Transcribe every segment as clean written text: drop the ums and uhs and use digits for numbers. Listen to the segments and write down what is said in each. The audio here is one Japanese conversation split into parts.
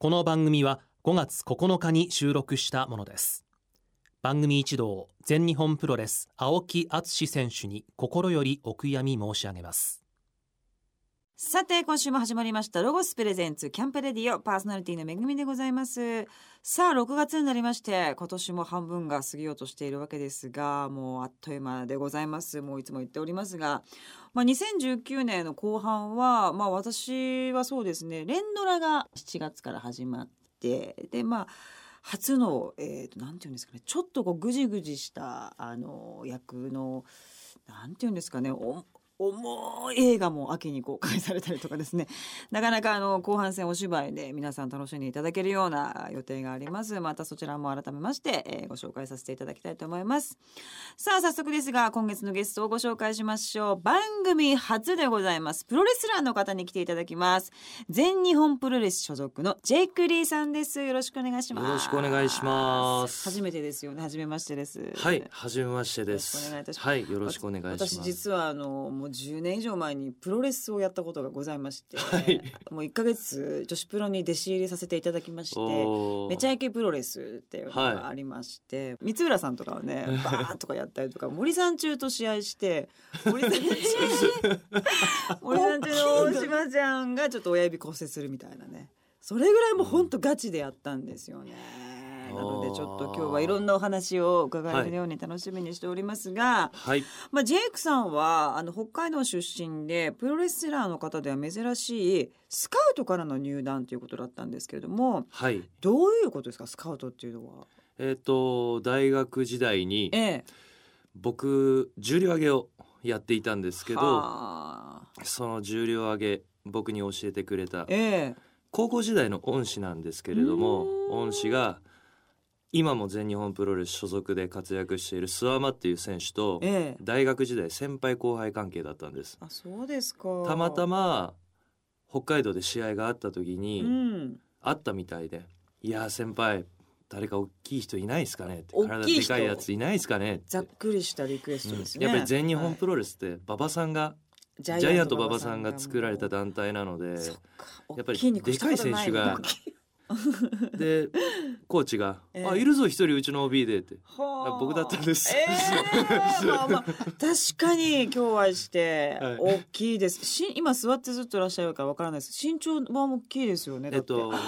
この番組は5月9日に収録したものです。番組一同全日本プロレス青木敦選手に心よりお悔やみ申し上げます。 さて今週も始まりましたロゴスプレゼンツキャンプレディオ、パーソナリティのめぐみでございます。さあ6月になりまして、今年も半分が過ぎようとしているわけですが、もうあっという間でございます。もういつも言っておりますが、2019年の後半は、私はそうですね、連ドラが7月から始まって、で初の、なんていうんですかね、ちょっとぐじぐじした役のなんていうんですかね、重い映画も秋に公開されたりとかですね、なかなか後半戦お芝居で皆さん楽しんでいただけるような予定があります。またそちらも改めまして、ご紹介させていただきたいと思います。さあ早速ですが今月のゲストをご紹介しましょう。番組初でございます。プロレスラーの方に来ていただきます。全日本プロレス所属のジェイク・リーさんです。よろしくお願いします。 よろしくお願いします。 初めてですよね。初めましてです。 はい、初めましてです。 よろしくお願いいたします。 はい、よろしくお願いします。 私実はもう10年以上前にプロレスをやったことがございまして、 はい、 もう1ヶ月女子プロに弟子入りさせていただきまして、めちゃイケプロレスっていうのがありまして、三浦さんとかはねバーッとかやったりとか、森さん中と試合して森さん中の大島ちゃんがちょっと親指骨折するみたいなね、それぐらいもうほんとガチでやったんですよね。なのでちょっと今日はいろんなお話を伺えるように楽しみにしておりますが、 はい、 ジェイクさんは北海道出身でプロレスラーの方では珍しいスカウトからの入団ということだったんですけれども、 はい、 どういうことですかスカウトっていうのは。 大学時代に、僕重量挙げをやっていたんですけど、その重量挙げ僕に教えてくれた、高校時代の恩師なんですけれども、恩師が今も全日本プロレス所属で活躍している諏訪間っていう選手と、大学時代先輩後輩関係だったんです。 あ、そうですか。 たまたま北海道で試合があった時に、あったみたいで、いや先輩誰か大きい人いないですかねって、体でかいやついないですかねって、 ざっくりしたリクエストですね。 やっぱり全日本プロレスって馬場さんが、ジャイアント馬場さんが作られた団体なので、やっぱりでかい選手がでコーチが、いるぞ一人うちの OB でって、僕だったんです。 確かに今日はして大きいです。今座ってずっといらっしゃるからわからないです。身長は大きいですよね。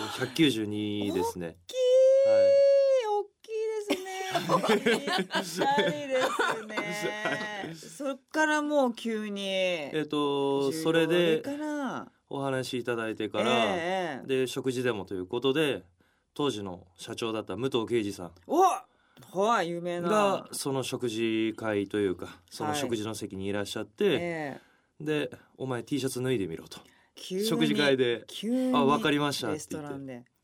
192ですね。 大きいですね。ですね。そっからもう急にそれでお話しいただいてから、で食事でもということで、当時の社長だった武藤敬司さん有名ながその食事会というかその食事の席にいらっしゃって、でお前 T シャツ脱いでみろと、食事会で分かりましたって言って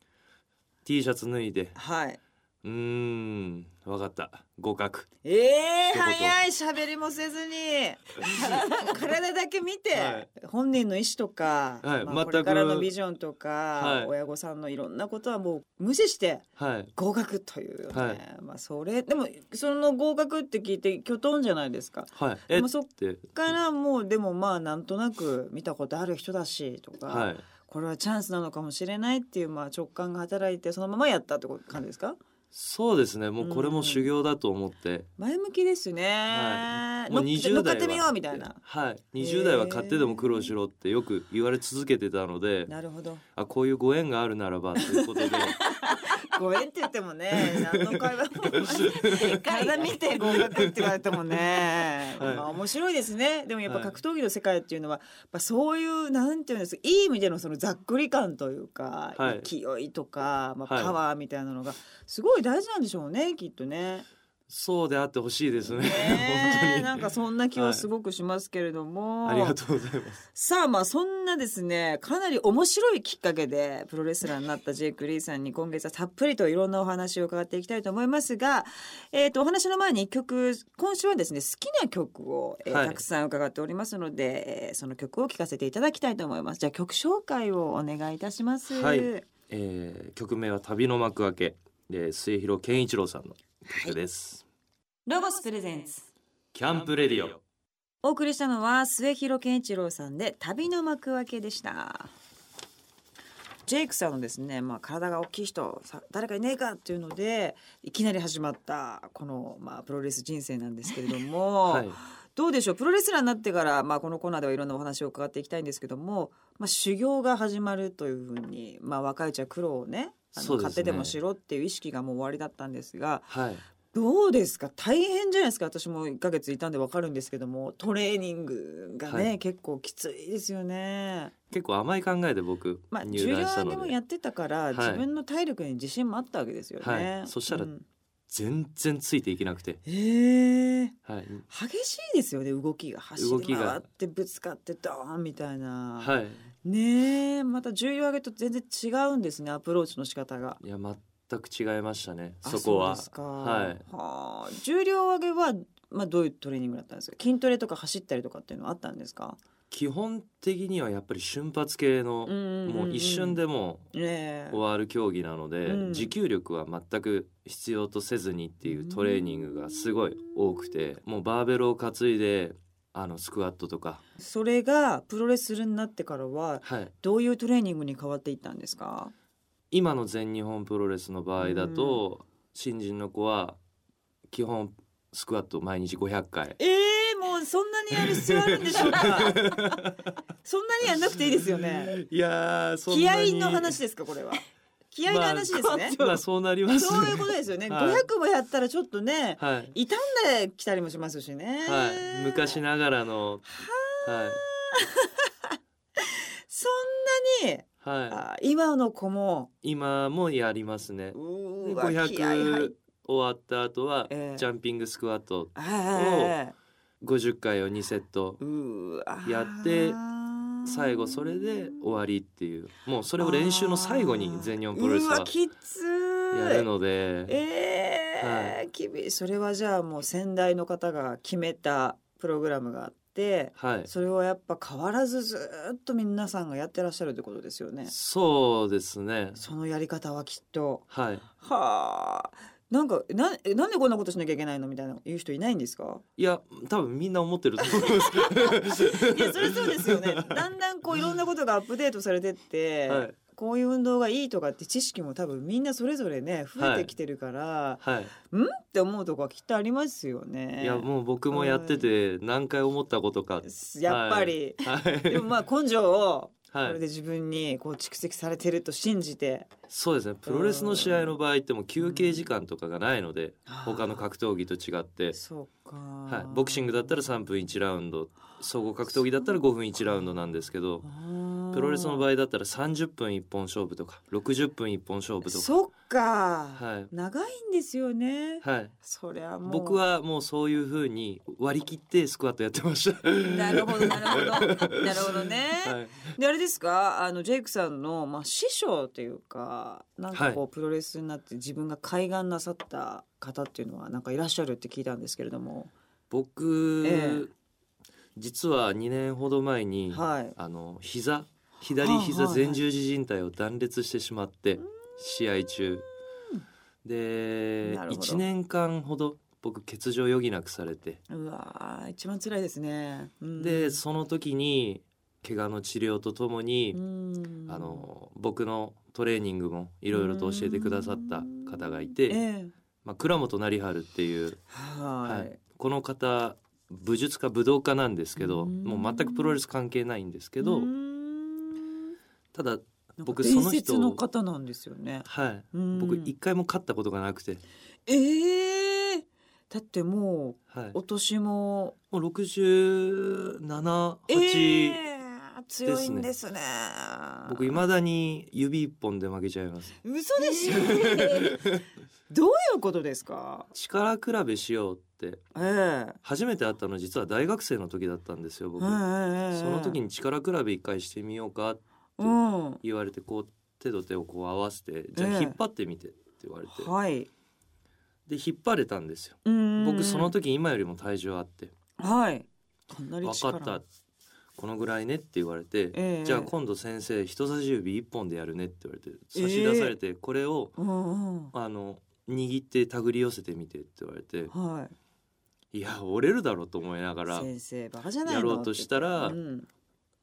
T シャツ脱いで、分かった合格。 早い、喋りもせずに体だけ見て、本人の意思とか、これからのビジョンとか、親御さんのいろんなことはもう無視して合格というね、それでもその合格って聞いてきょとんじゃないですか。でもそっからもうでもなんとなく見たことある人だしとか、これはチャンスなのかもしれないっていう直感が働いてそのままやったって感じですか。 そうですね、もうこれも修行だと思って、 前向きですね。もう20代は乗っかってみようみたいな。 20代は勝手でも苦労しろってよく言われ続けてたので、 なるほど、 こういうご縁があるならばということでご縁って言ってもね、何の会話も体見て合格って言われてもね、面白いですね。でもやっぱ格闘技の世界っていうのは、そういうなんていうんですか、いい意味でのそのざっくり感というか、勢いとか、パワーみたいなのがすごい大事なんでしょうね、きっとね。 そうであってほしいですね。本当になんかそんな気はすごくしますけれども、 ありがとうございます。さあそんなですね、かなり面白いきっかけでプロレスラーになったジェイク・リーさんに今月はたっぷりといろんなお話を伺っていきたいと思いますが、お話の前に1曲、今週はですね好きな曲を、たくさん伺っておりますので、その曲を聴かせていただきたいと思います。じゃあ曲紹介をお願いいたします。 曲名は旅の幕開けで末広健一郎さんの曲です。 ロゴスプレゼンツキャンプレディオ、 お送りしたのは末広健一郎さんで旅の幕開けでした。 ジェイクさんのですね、体が大きい人誰かいねえかっていうのでいきなり始まったこの、プロレス人生なんですけれども、はい、どうでしょう、プロレスラーになってから、このコーナーではいろんなお話を伺っていきたいんですけども、修行が始まるというふうに、若いうちは苦労をね買ってでもしろっていう意識がもう終わりだったんですが、はい、どうですか、大変じゃないですか。私も1ヶ月いたんで分かるんですけども、トレーニングがね、はい、結構きついですよね。 結構甘い考えで僕入団したので、 重量上げもやってたから、はい、自分の体力に自信もあったわけですよね、 はい、そしたら、全然ついていけなくて、 はい、激しいですよね、動きが走り回ってぶつかってドーンみたいな、はい、ねえ、また重量上げと全然違うんですね、アプローチの仕方が。 いや全く違いましたね、そこは。 そうですか、 はい、 重量上げは、どういうトレーニングだったんですか。筋トレとか走ったりとかっていうのはあったんですか。 基本的にはやっぱり瞬発系の、もう一瞬でも終わる競技なので、持久力は全く必要とせずにっていうトレーニングがすごい多くて、もうバーベルを担いでスクワットとか。 それがプロレスするになってからは、はい、どういうトレーニングに変わっていったんですか。 今の全日本プロレスの場合だと、新人の子は基本スクワット毎日500回。 もうそんなにやる必要あるんでしょうか。そんなにやんなくていいですよね。 いや、そんなに気合の話ですか、これは。気合の話ですね。 そうなりますね。 そういうことですよね。はい、500もやったらちょっとね、はい、傷んできたりもしますしね。 はい、昔ながらの。はい。 そんなに。はい、今の子もやりますね。500終わった後はジャンピングスクワットを50回を2セットやって最後それで終わりっていう、もうそれを練習の最後に全日本プロレスはやるので、 はい、厳しい。それはじゃあもう先代の方が決めたプログラムがあって、はい、それをやっぱ変わらずずっと皆さんがやってらっしゃるってことですよね。 そうですね。 そのやり方はきっと、 はい、 はあ、なんでこんなことしなきゃいけないのみたいな言う人いないんですか。 いや、多分みんな思ってると思いますいや、それそうですよね。だんだんいろんなことがアップデートされてって、はい、こういう運動がいいとかって知識も多分みんなそれぞれね増えてきてるから、はい、って思うとこはきっとありますよね。 いや、もう僕もやってて何回思ったことか、 やっぱり、はい、でも根性をこれで自分に蓄積されてると信じて。 そうですね。プロレスの試合の場合っても休憩時間とかがないので、他の格闘技と違って、 そうか、 はい、ボクシングだったら3分1ラウンド、総合格闘技だったら5分1ラウンドなんですけど、プロレスの場合だったら30分1本勝負とか60分1本勝負とか。 そっか、はい、長いんですよね。 はい、 そりゃもう僕はもうそういう風に割り切ってスクワットやってましたなるほどなるほどなるほどね、はい、であれですか、ジェイクさんの、師匠というか、なんかプロレスになって自分が開眼なさった方っていうのはなんかいらっしゃるって聞いたんですけれども。 僕、実は2年ほど前に、はい、左膝前十字靭帯を断裂してしまって、試合中で1年間ほど僕欠場余儀なくされて、 うわ、一番辛いですね。 でその時に怪我の治療とともに僕のトレーニングもいろいろと教えてくださった方がいて、倉本成治っていう、はい、この方武術家武道家なんですけど、もう全くプロレス関係ないんですけど、ただ僕その人伝説の方なんですよね。 はい、僕一回も勝ったことがなくて。 だってもう、はい、お年も 67、8、 強いんですね。 僕未だに指一本で負けちゃいます。 嘘でしょどういうことですか。 力比べしようって、初めて会ったの実は大学生の時だったんですよ僕、その時に力比べ一回してみようかって言われて、手と手を合わせて、じゃあ引っ張ってみてって言われて、 はい、 で引っ張れたんですよ。僕その時今よりも体重あって、 はい、 分かった、このぐらいねって言われて、じゃあ今度先生人差し指一本でやるねって言われて差し出されて、これを、握って手繰り寄せてみてって言われて、はい、いや折れるだろうと思いながら先生バカじゃないのやろうとしたら、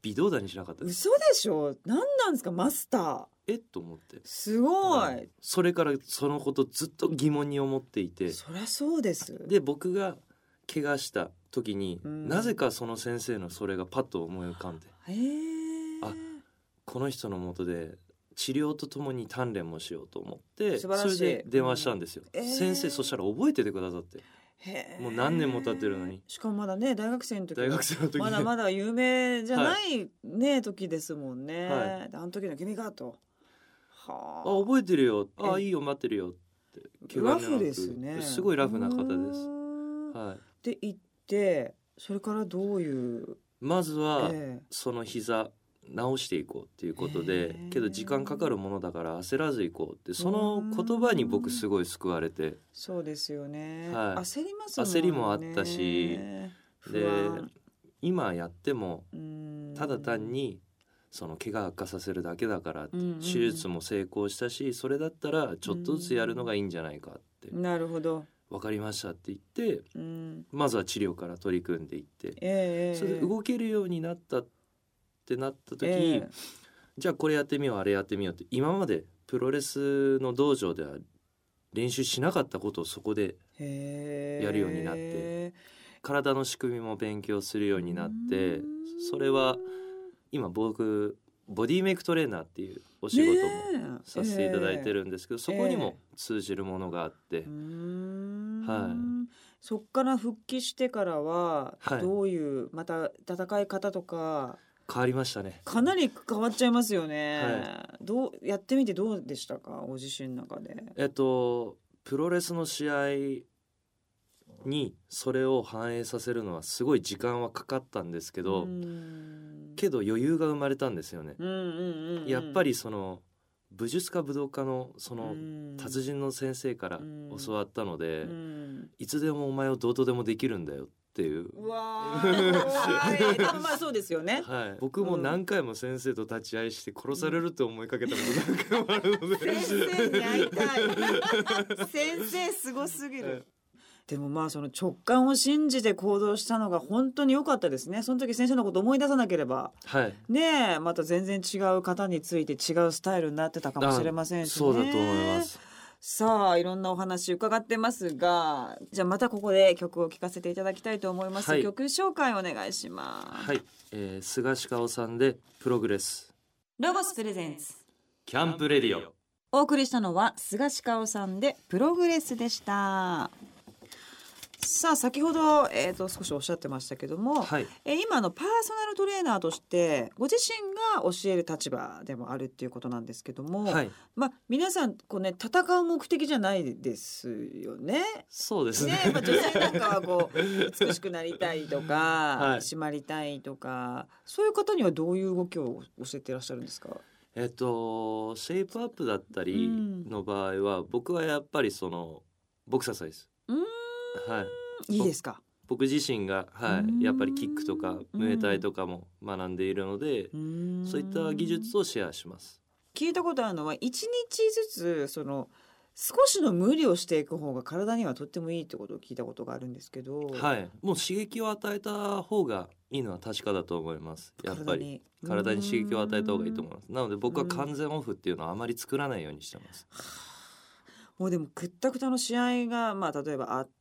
微動だにしなかったです。 嘘でしょ。何なんですかマスター。 と思って、 すごい、 それからそのことずっと疑問に思っていて。 そりゃそうです。 で僕が怪我した時に、なぜかその先生のそれがパッと思い浮かんで、あ、この人の下で治療とともに鍛錬もしようと思って、それで電話したんですよ、先生そしたら覚えててくださって、もう何年も経ってるのに。 しかもまだね大学生の時まだまだ有名じゃないね、時ですもんね、あの時の君がと、 覚えてるよ、いいよ待ってるよって。 ラフですね。 すごいラフな方です。 で行って、それからどういう、 まずは、その膝直していこうっていうことで、けど時間かかるものだから焦らずいこうって、その言葉に僕すごい救われて。 そうですよね、焦りますもんね。 焦りもあったし、で今やってもただ単にその怪我悪化させるだけだからって、手術も成功したし、それだったらちょっとずつやるのがいいんじゃないかって。 なるほど、 分かりましたって言って、まずは治療から取り組んでいって、それで動けるようになったってなった時、じゃあこれやってみようあれやってみようって、今までプロレスの道場では練習しなかったことをそこでやるようになって、体の仕組みも勉強するようになって、それは今僕ボディメイクトレーナーっていうお仕事もさせていただいてるんですけど、そこにも通じるものがあって、 そっから復帰してからはどういうまた戦い方とか変わりましたね。 かなり変わっちゃいますよね、どうやってみてどうでしたか、ご自身の中で。 プロレスの試合にそれを反映させるのはすごい時間はかかったんですけど、けど余裕が生まれたんですよね。やっぱりその武術家武道家のその達人の先生から教わったので、いつでもお前をどうとでもできるんだよっていう。 うわーまあそうですよね、 僕も何回も先生と立ち会いして殺されるって思いかけたこと何回もあるので、 先生に会いたい先生すごすぎる、でもまあその直感を信じて行動したのが本当に良かったですね。その時先生のこと思い出さなければ、ねえまた全然違う方について違うスタイルになってたかもしれませんしね。 そうだと思います。 さあいろんなお話伺ってますが、じゃあまたここで曲を聴かせていただきたいと思います、曲紹介お願いします。 菅氏香さんでプログレス。 ロゴスプレゼンツキャンプレディオ。 お送りしたのは菅氏香さんでプログレスでした。さあ先ほど、少しおっしゃってましたけども、今のパーソナルトレーナーとしてご自身が教える立場でもあるっていうことなんですけども、皆さんこう、ね、戦う目的じゃないですよね。 そうですね。 女性なんかはこう美しくなりたいとか、締まりたいとか、そういう方にはどういう動きを教えていらっしゃるんですか。 シェイプアップだったりの場合は、僕はやっぱりそのボクササイズ。 いいですか。 僕自身が、やっぱりキックとかムエタイとかも学んでいるので、そういった技術をシェアします。 聞いたことあるのは、一日ずつその少しの無理をしていく方が体にはとってもいいってことを聞いたことがあるんですけど、 もう刺激を与えた方がいいのは確かだと思います。やっぱり体に刺激を与えた方がいいと思います。なので僕は完全オフっていうのはあまり作らないようにしてます。 もうでもくったくたの試合が例えばあって、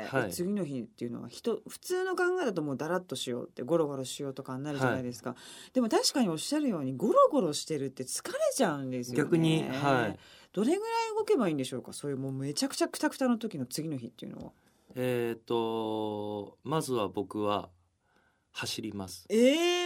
次の日っていうのは普通の考えだともうだらっとしようってゴロゴロしようとかになるじゃないですか、でも確かにおっしゃるようにゴロゴロしてるって疲れちゃうんですよね。 逆に、 どれぐらい動けばいいんでしょうか。そういうもうめちゃくちゃくたくたの時の次の日っていうのは。 まずは僕は走ります。 もう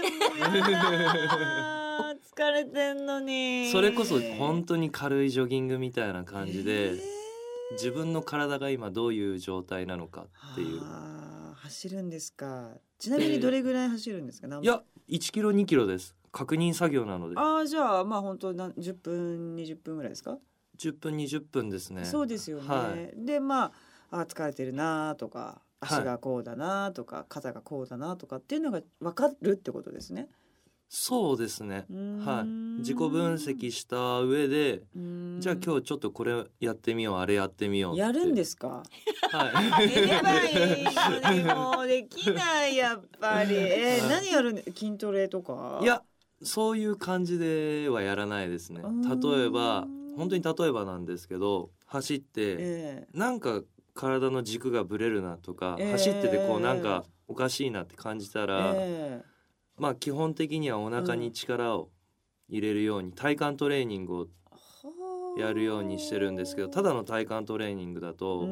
や疲れてんのに。 それこそ本当に軽いジョギングみたいな感じで、自分の体が今どういう状態なのかっていう。 走るんですか。ちなみにどれぐらい走るんですか。 いや1キロ2キロです。確認作業なので。 じゃあ本当10分20分ぐらいですか。 10分20分ですね。 そうですよね、で疲れてるなとか、足がこうだなとか、肩がこうだなとかっていうのが分かるってことですね。 そうですね、はい、自己分析した上でじゃあ今日ちょっとこれやってみようあれやってみようってやるんですか？ はいやればいいのにもうできないやっぱり、何やるん筋トレとか？ いやそういう感じではやらないですね。例えば本当に例えばなんですけど走って、なんか体の軸がぶれるなとか、走っててこうなんかおかしいなって感じたら、まあ基本的にはお腹に力を入れるように体幹トレーニングをやるようにしてるんですけど、ただの体幹トレーニングだと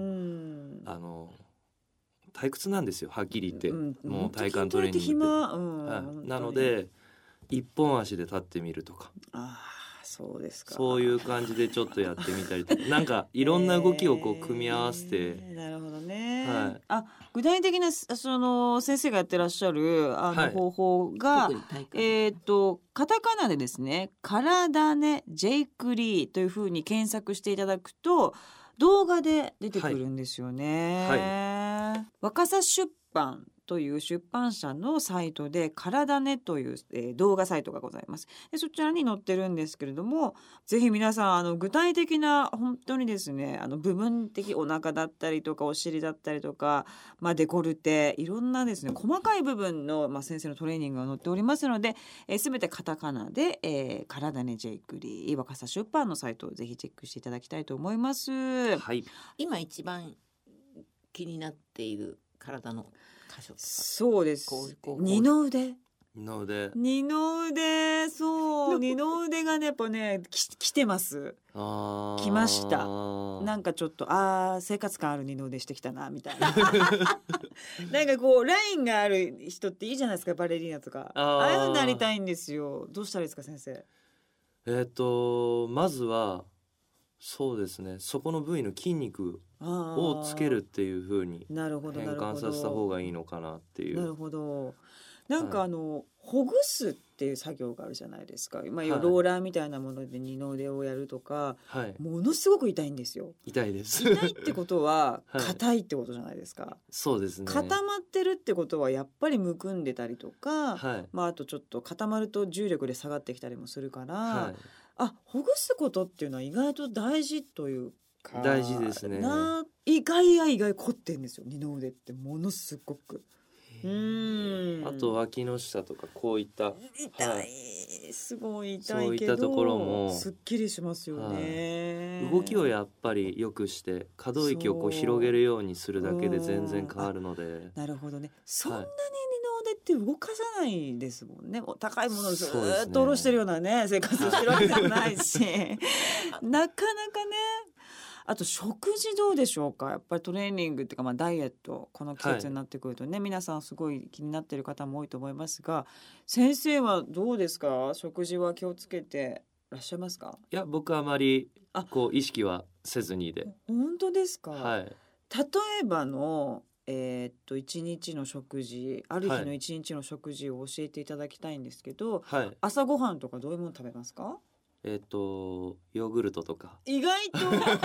退屈なんですよ、はっきり言って、もう体幹トレーニングって、なので一本足で立ってみるとか、 そうですか。 そういう感じでちょっとやってみたりとかなんかいろんな動きをこう組み合わせて、 なるほどね、具体的なその先生がやってらっしゃる方法が、カタカナでですね、体ねジェイクリーというふうに検索していただくと動画で出てくるんですよね、若狭出版という出版社のサイトで体ねという、動画サイトがございます。でそちらに載ってるんですけれども、ぜひ皆さん具体的な本当にですね部分的お腹だったりとかお尻だったりとか、デコルテいろんなですね細かい部分の、先生のトレーニングが載っておりますので、全てカタカナで、体ねジェイクリー若狭出版のサイトをぜひチェックしていただきたいと思います。 今一番気になっている体の箇所とか。 そうです。二の腕。 二の腕。 そう二の腕がねやっぱねきてます。きました。なんかちょっと生活感ある二の腕してきたなみたいな。なんかこうラインがある人っていいじゃないですか、バレリーナとか。ああいうのなりたいんですよ。どうしたらいいですか先生？ まずはそうですね、そこの部位の筋肉をつけるっていう風に変換させた方がいいのかなっていう。 なるほど。なんかほぐすっていう作業があるじゃないですか。ローラーみたいなもので二の腕をやるとか、ものすごく痛いんですよ。 痛いです。 痛いってことは硬いってことじゃないですか。 そうですね。 固まってるってことはやっぱりむくんでたりとか、あとちょっと固まると重力で下がってきたりもするから、ほぐすことっていうのは意外と大事というか、 大事ですね。 意外凝ってんですよ、二の腕ってものすごく。 あと脇の下とかこういった痛い、すごい痛いけどそういったところもすっきりしますよね、 動きをやっぱり良くして可動域をこう広げるようにするだけで全然変わるので。 なるほどね。そんなに二の腕って動かさないですもんね。高いものをずっと下ろしてるようなね生活をしてるわけでもないしなかなかね。あと食事どうでしょうか？やっぱりトレーニングっていうか、ダイエットこの季節になってくるとね、皆さんすごい気になっている方も多いと思いますが、先生はどうですか？食事は気をつけてらっしゃいますか？ いや僕はあまりこう意識はせずにで。 本当ですか？ 例えばの一日の食事、ある日の一日の食事を教えていただきたいんですけど、朝ごはんとかどういうもの食べますか？ ヨーグルトとか。 意外と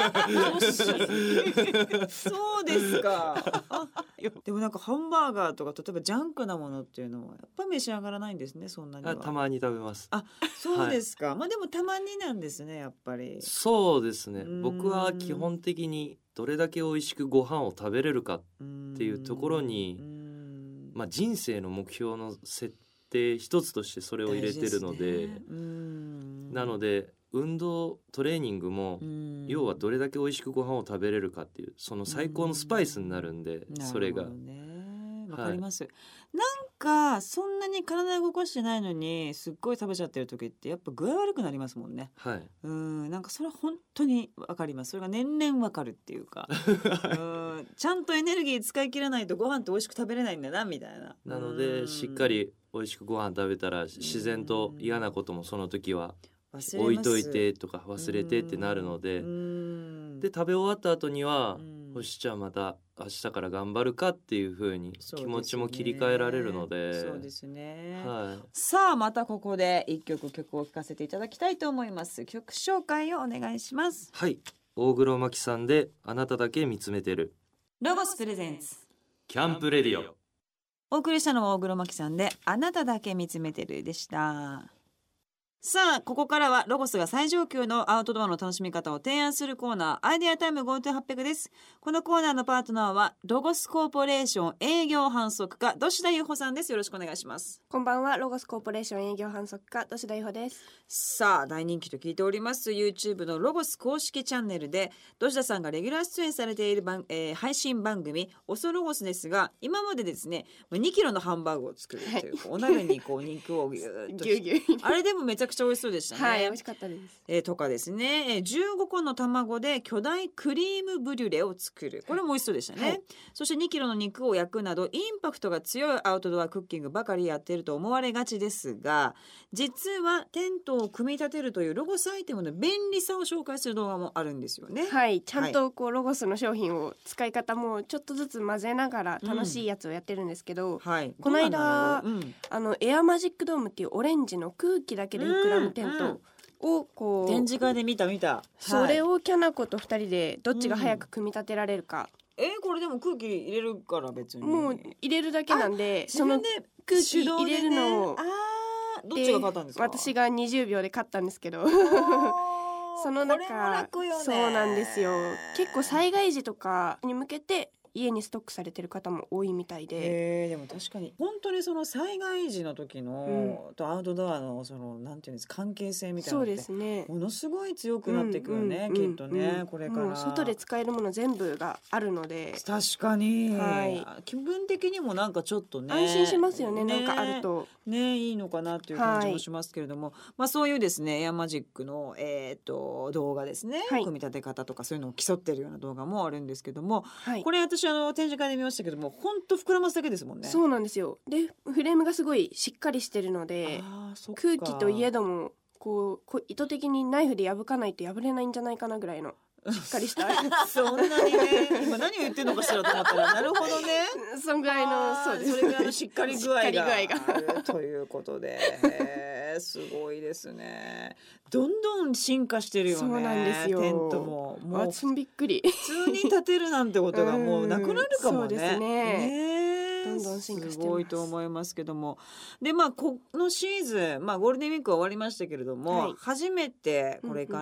そうですか。でもなんかハンバーガーとか例えばジャンクなものっていうのはやっぱり召し上がらないんですね、そんなには。 たまに食べます。 そうですか。でもたまになんですね、やっぱり。 そうですね。僕は基本的にどれだけ美味しくご飯を食べれるかっていうところに、人生の目標の設定一つとしてそれを入れてるので、なので運動トレーニングも要はどれだけ美味しくご飯を食べれるかっていうその最高のスパイスになるんで、それがわかります、なんかそんなに体動かしてないのにすっごい食べちゃってる時ってやっぱ具合悪くなりますもんね。なんかそれは本当にわかります。それが年々わかるっていうかちゃんとエネルギー使い切らないとご飯って美味しく食べれないんだなみたいな。 なのでしっかり美味しくご飯食べたら自然と嫌なこともその時は置いといてとか忘れてってなるので、で食べ終わった後にはよしじゃあまた明日から頑張るかっていう風に気持ちも切り替えられるので。 そうですね、さあまたここで一曲を聴かせていただきたいと思います。曲紹介をお願いします。 大黒摩季さんであなただけ見つめてる。 ロゴスプレゼンツキャンプレディオ。 お送りしたのは大黒摩季さんであなただけ見つめてるでした。さあここからはロゴスが最上級のアウトドアの楽しみ方を提案するコーナー、アイデアタイム GoTo800 です。このコーナーのパートナーはロゴスコーポレーション営業販促課土田裕穂さんです。よろしくお願いします。 こんばんは。ロゴスコーポレーション営業販促課土田裕穂です。 さあ大人気と聞いております YouTube のロゴス公式チャンネルで土田さんがレギュラー出演されている配信番組オソロゴスですが、今までですね2キロのハンバーグを作るという、お鍋にこう肉をギューッとぎゅうぎゅうあれでもめちゃくちゃ美味しそうでしたね。 はい、美味しかったです。 とかですね、15個の卵で巨大クリームブリュレを作る、これも美味しそうでしたね、はい、そして2キロの肉を焼くなどインパクトが強いアウトドアクッキングばかりやっていると思われがちですが、実はテントを組み立てるというロゴスアイテムの便利さを紹介する動画もあるんですよね。 はい、ちゃんとこうロゴスの商品を使い方もちょっとずつ混ぜながら楽しいやつをやってるんですけど、 はい、 この間、エアマジックドームっていうオレンジの空気だけで膨らむテントをこう展示会で見た、 それをキャナコと2人でどっちが早く組み立てられるか、 これでも空気入れるから別にもう入れるだけなんで、その空気入れるのを、 どっちが勝ったんですか？ 私が20秒で勝ったんですけどその中、 これも楽よね。 そうなんですよ。結構災害時とかに向けて家にストックされてる方も多いみたいで、 でも確かに本当にその災害時の時の、とアウトドアのそのなんていうんですか、関係性みたいなのって、 そうですね、 ものすごい強くなっていくよね、きっとね、これからもう外で使えるもの全部があるので、 確かに、 はい、 気分的にもなんかちょっとね安心しますよね、なんかあるとね、いいのかなっていう感じもしますけれども、そういうですねエアマジックの、動画ですね、組み立て方とかそういうのを競ってるような動画もあるんですけども、これ私展示会で見ましたけども、本当膨らますだけですもんね。 そうなんですよ。でフレームがすごいしっかりしてるので、空気といえどもこう意図的にナイフで破かないと破れないんじゃないかなぐらいのしっかりしたそんなにね、今何を言ってるのかしらと思ったらなるほどねそんぐらいの、そうです、 それぐらいのしっかり具合があるということで、すごいですね。どんどん進化してるよね。 そうなんですよ。 テントもうびっくり普通に建てるなんてことがもうなくなるかもね。 そうですね、どんどん進化してます。 すごいと思いますけども、でこのシーズン、ゴールデンウィークは終わりましたけれども、初めてこれから、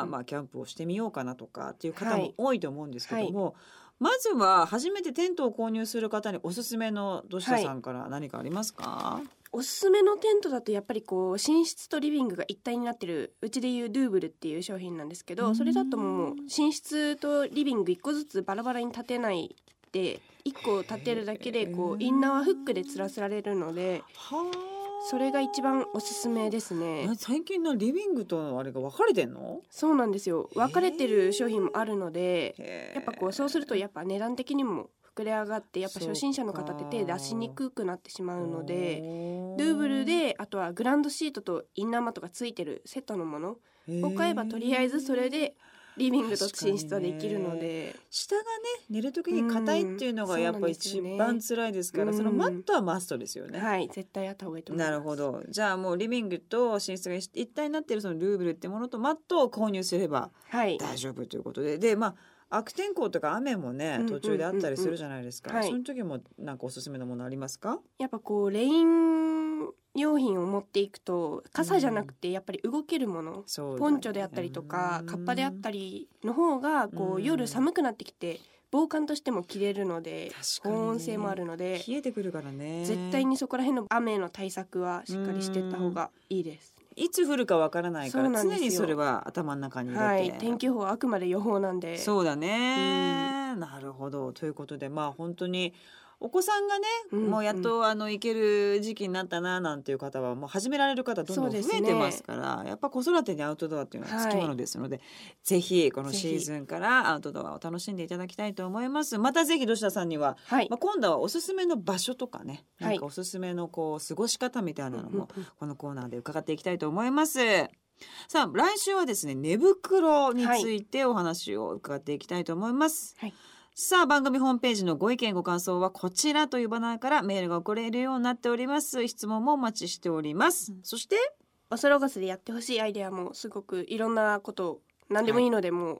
キャンプをしてみようかなとかっていう方も多いと思うんですけども、まずは初めてテントを購入する方におすすめの土下さんから何かありますか？ おすすめのテントだとやっぱりこう寝室とリビングが一体になってる、うちでいうドゥーブルっていう商品なんですけど、それだともう寝室とリビング1個ずつバラバラに立てないで、1個立てるだけでこうインナーはフックで吊らせられるので、それが一番おすすめですね。 最近のリビングとあれが分かれてんの？ そうなんですよ。分かれてる商品もあるので、やっぱこうそうするとやっぱ値段的にも膨れ上がって、やっぱ初心者の方って手出しにくくなってしまうので、ドゥーブルであとはグランドシートとインナーマットがついてるセットのものを買えば、とりあえずそれでリビングと寝室はできるので、 下がね寝る時に硬いっていうのがやっぱ一番辛いですから、そのマットはマストですよね。 はい、絶対やった方がいいと思います。 なるほど。じゃあもうリビングと寝室が一体になっているそのルーブルってものとマットを購入すれば大丈夫ということで、で悪天候とか雨もね途中であったりするじゃないですか、その時もなんかおすすめのものありますか？ やっぱこうレイン用品を持っていくと、傘じゃなくてやっぱり動けるもの、ポンチョであったりとかカッパであったりの方がこう夜寒くなってきて防寒としても着れるので、保温性もあるので冷えてくるからね、 絶対にそこら辺の雨の対策はしっかりしていった方がいいです。 いつ降るかわからないから常にそれは頭の中に入れて、 天気予報はあくまで予報なんで。 そうだね、なるほど。ということで本当にお子さんがね、もうやっと行ける時期になったななんていう方はもう始められる方どんどん増えてますから、やっぱ子育てにアウトドアっていうのはつきものですので、ぜひこのシーズンからアウトドアを楽しんでいただきたいと思います。またぜひ土田さんには、今度はおすすめの場所とかね、なんかおすすめのこう過ごし方みたいなのもこのコーナーで伺っていきたいと思います。さあ来週はですね、寝袋についてお話を伺っていきたいと思います。さあ番組ホームページのご意見ご感想はこちらというバナーからメールが送れるようになっております。質問もお待ちしております。そしてオソロゴスでやってほしいアイデアもすごくいろんなこと何でもいいのでもう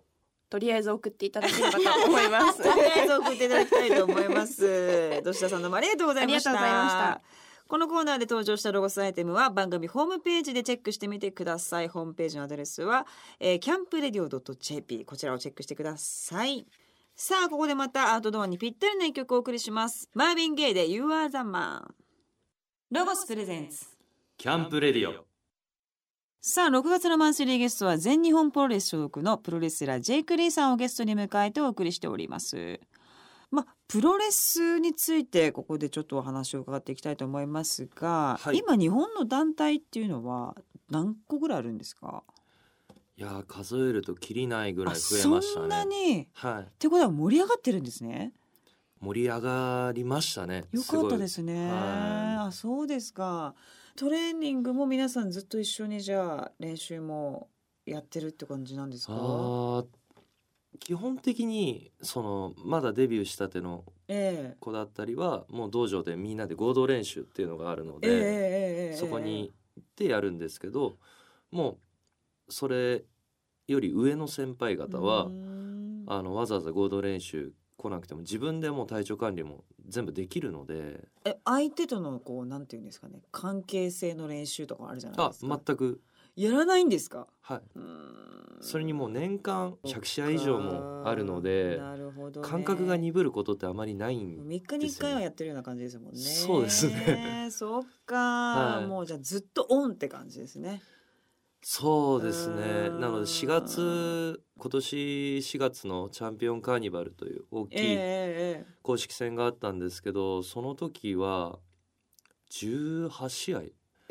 とりあえず送っていただければと思いますとりあえず送っていただきたいと思います土下さんどうもありがとうございました。 ありがとうございました。 このコーナーで登場したロゴスアイテムは番組ホームページでチェックしてみてください。ホームページのアドレスは、campradio.jp こちらをチェックしてください。さあここでまたアウトドアにぴったりな一曲をお送りします。マーヴィン・ゲイで You Are the Man。 ロゴスプレゼンツキャンプレディオ。 さあ6月のマンスリーゲストは全日本プロレス所属のプロレスラージェイク・リーさんをゲストに迎えてお送りしております。プロレスについてここでちょっとお話を伺っていきたいと思いますが、はい、今日本の団体っていうのは何個ぐらいあるんですか？ いや数えるとキリないぐらい増えましたね。 そんなに、 はい、 ってことは盛り上がってるんですね。 盛り上がりましたね。 よかったですね。はい、そうですか。トレーニングも皆さんずっと一緒にじゃあ練習もやってるって感じなんですか？ 基本的にまだデビューしたての子だったりは、もう道場でみんなで合同練習っていうのがあるので、そこに行ってやるんですけど、もうそれより上の先輩方はわざわざ合同練習来なくても自分でもう体調管理も全部できるので。 相手とのなんていうんですかね、関係性の練習とかあるじゃないですか？ 全くやらないんですか？ はい。それにもう年間100試合以上もあるので、 なるほどね、 感覚が鈍ることってあまりないんですよね。 3日に1回はやってるような感じですもんね。 そうですね。 そっか、 はい、 もうじゃあずっとオンって感じですね。 そうですね。なので今年4月のチャンピオンカーニバルという大きい公式戦があったんですけど、その時は18試合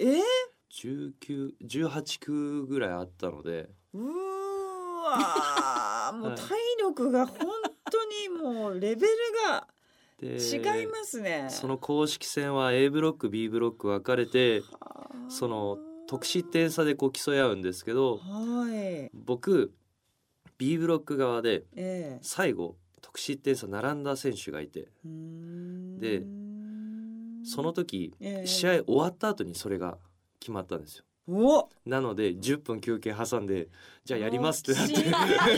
18区ぐらいあったので、 うわもう体力が本当にもうレベルが違いますね。 その公式戦は A ブロック B ブロック分かれて、その得失点差で競い合うんですけど、はい、僕 B ブロック側で最後得失点差並んだ選手がいて、でその時試合終わった後にそれが決まったんですよ。なので10分休憩挟んでじゃあやりますってなって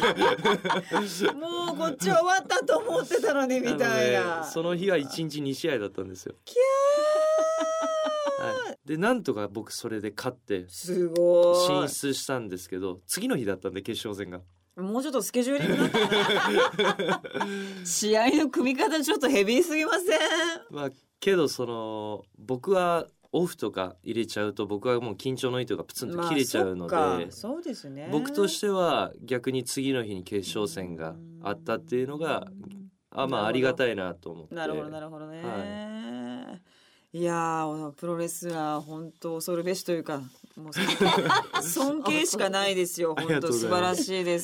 もうこっちは終わったと思ってたのにみたいな。 その日は1日2試合だったんですよ。はい、でなんとか僕それで勝ってすごい進出したんですけど、次の日だったんで決勝戦がもうちょっとスケジューリングだった試合の組み方ちょっとヘビーすぎません？ けど僕はオフとか入れちゃうと僕はもう緊張の糸がプツンと切れちゃうので、 そうですね、 僕としては逆に次の日に決勝戦があったっていうのがありがたいなと思って。 なるほどね、はい、いやプロレスラー本当恐るべしというかもう尊敬しかないですよ。本当素晴らしいです。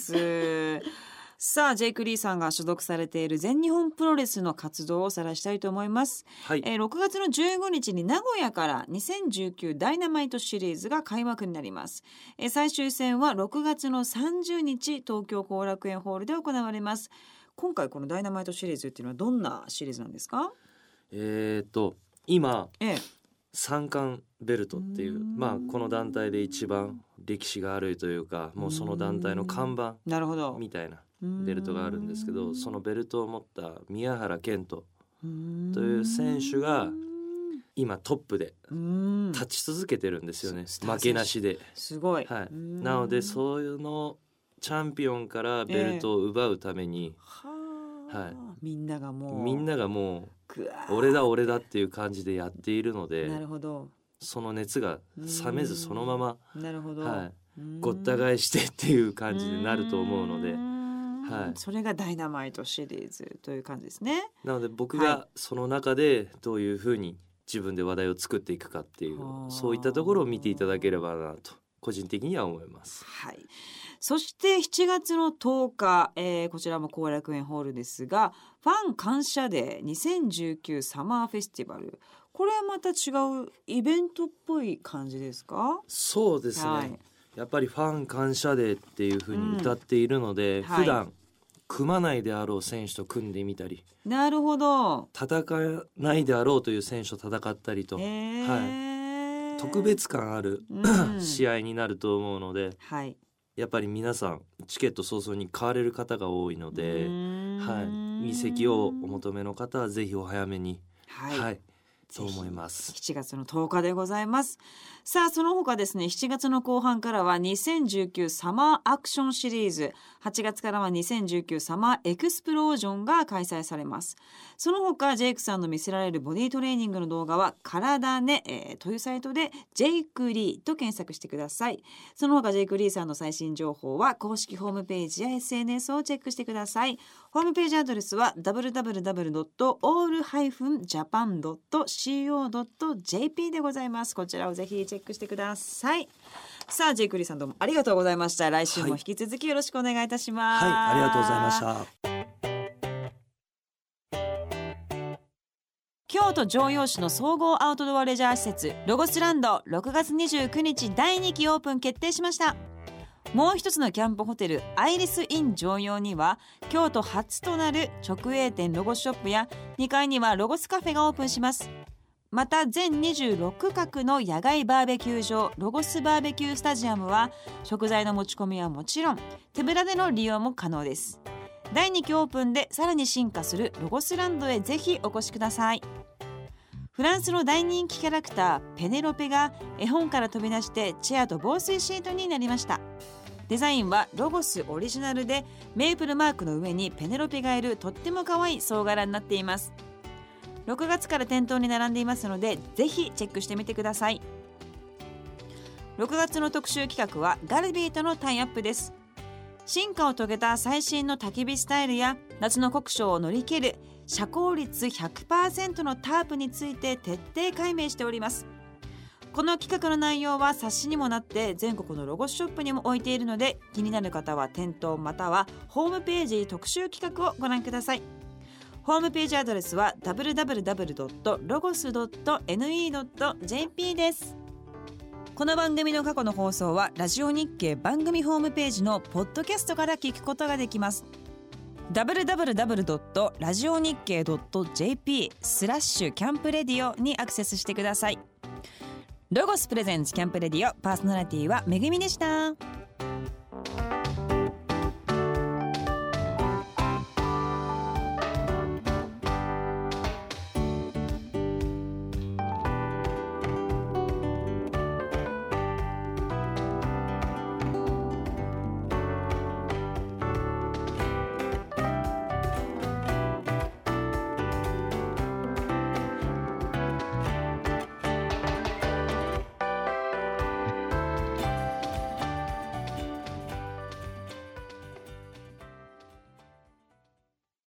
さあジェイク・リーさんが所属されている全日本プロレスの活動をおさらいしたいと思います、はい。6月の15日に名古屋から2019ダイナマイトシリーズが開幕になります。最終戦は6月の30日東京後楽園ホールで行われます。今回このダイナマイトシリーズっていうのはどんなシリーズなんですか？ 今、三冠ベルトっていうこの団体で一番歴史があるというか、もうその団体の看板みたいなベルトがあるんですけど、そのベルトを持った宮原健人という選手が今トップで立ち続けてるんですよね。負けなしで。 すごい、 はい、なのでそういうのチャンピオンからベルトを奪うために、はい、みんながもう俺だっていう感じでやっているので、 なるほど、 その熱が冷めずそのまま、 なるほど、 はい、ごった返してっていう感じになると思うので、はい、 それがダイナマイトシリーズという感じですね。 なので僕がその中でどういうふうに自分で話題を作っていくかっていう、そういったところを見ていただければなと個人的には思います。 はい。そして7月の10日、こちらも後楽園ホールですが、ファン感謝デー2019サマーフェスティバル、これはまた違うイベントっぽい感じですか？ そうですね、はい、やっぱりファン感謝デーっていう風に歌っているので、普段組まないであろう選手と組んでみたり、 なるほど、 戦わないであろうという選手と戦ったりと、はい、特別感ある試合になると思うので、 はい、 やっぱり皆さんチケット早々に買われる方が多いので、はい、いい席をお求めの方はぜひお早めに、 はい、 はい、と思います。 7月の10日でございます。さあその他ですね、7月の後半からは2019サマーアクションシリーズ、8月からは2019サマーエクスプロージョンが開催されます。その他ジェイクさんの見せられるボディトレーニングの動画は体ね、というサイトでジェイクリーと検索してください。その他ジェイクリーさんの最新情報は公式ホームページや SNS をチェックしてください。ホームページアドレスは www.allhyphen-japan.co.jp でございます。こちらをぜひチェックしてください。さあジェイクリーさんどうもありがとうございました。来週も引き続きよろしくお願いいたします。 はい、ありがとうございました。 京都城陽市の総合アウトドアレジャー施設ロゴスランド、6月29日第2期オープン決定しました。もう一つのキャンプホテルアイリスイン城陽には京都初となる直営店ロゴスショップや2階にはロゴスカフェがオープンします。また全26角の野外バーベキュー場ロゴスバーベキュースタジアムは食材の持ち込みはもちろん手ぶらでの利用も可能です。第2期オープンでさらに進化するロゴスランドへぜひお越しください。フランスの大人気キャラクターペネロペが絵本から飛び出してチェアと防水シートになりました。デザインはロゴスオリジナルでメープルマークの上にペネロペがいるとっても可愛い総柄になっています。6月から店頭に並んでいますのでぜひチェックしてみてください。6月の特集企画はガルビーとのタイアップです。進化を遂げた最新の焚き火スタイルや夏の酷暑を乗り切る遮光率 100% のタープについて徹底解明しております。この企画の内容は冊子にもなって全国のロゴスショップにも置いているので気になる方は店頭またはホームページ特集企画をご覧ください。ホームページアドレスは www.logos.ne.jp です。この番組の過去の放送はラジオ日経番組ホームページのポッドキャストから聞くことができます。www.radionickei.jp/キャンプレディオにアクセスしてください。ロゴスプレゼンツキャンプレディオ、パーソナリティはめぐみでした。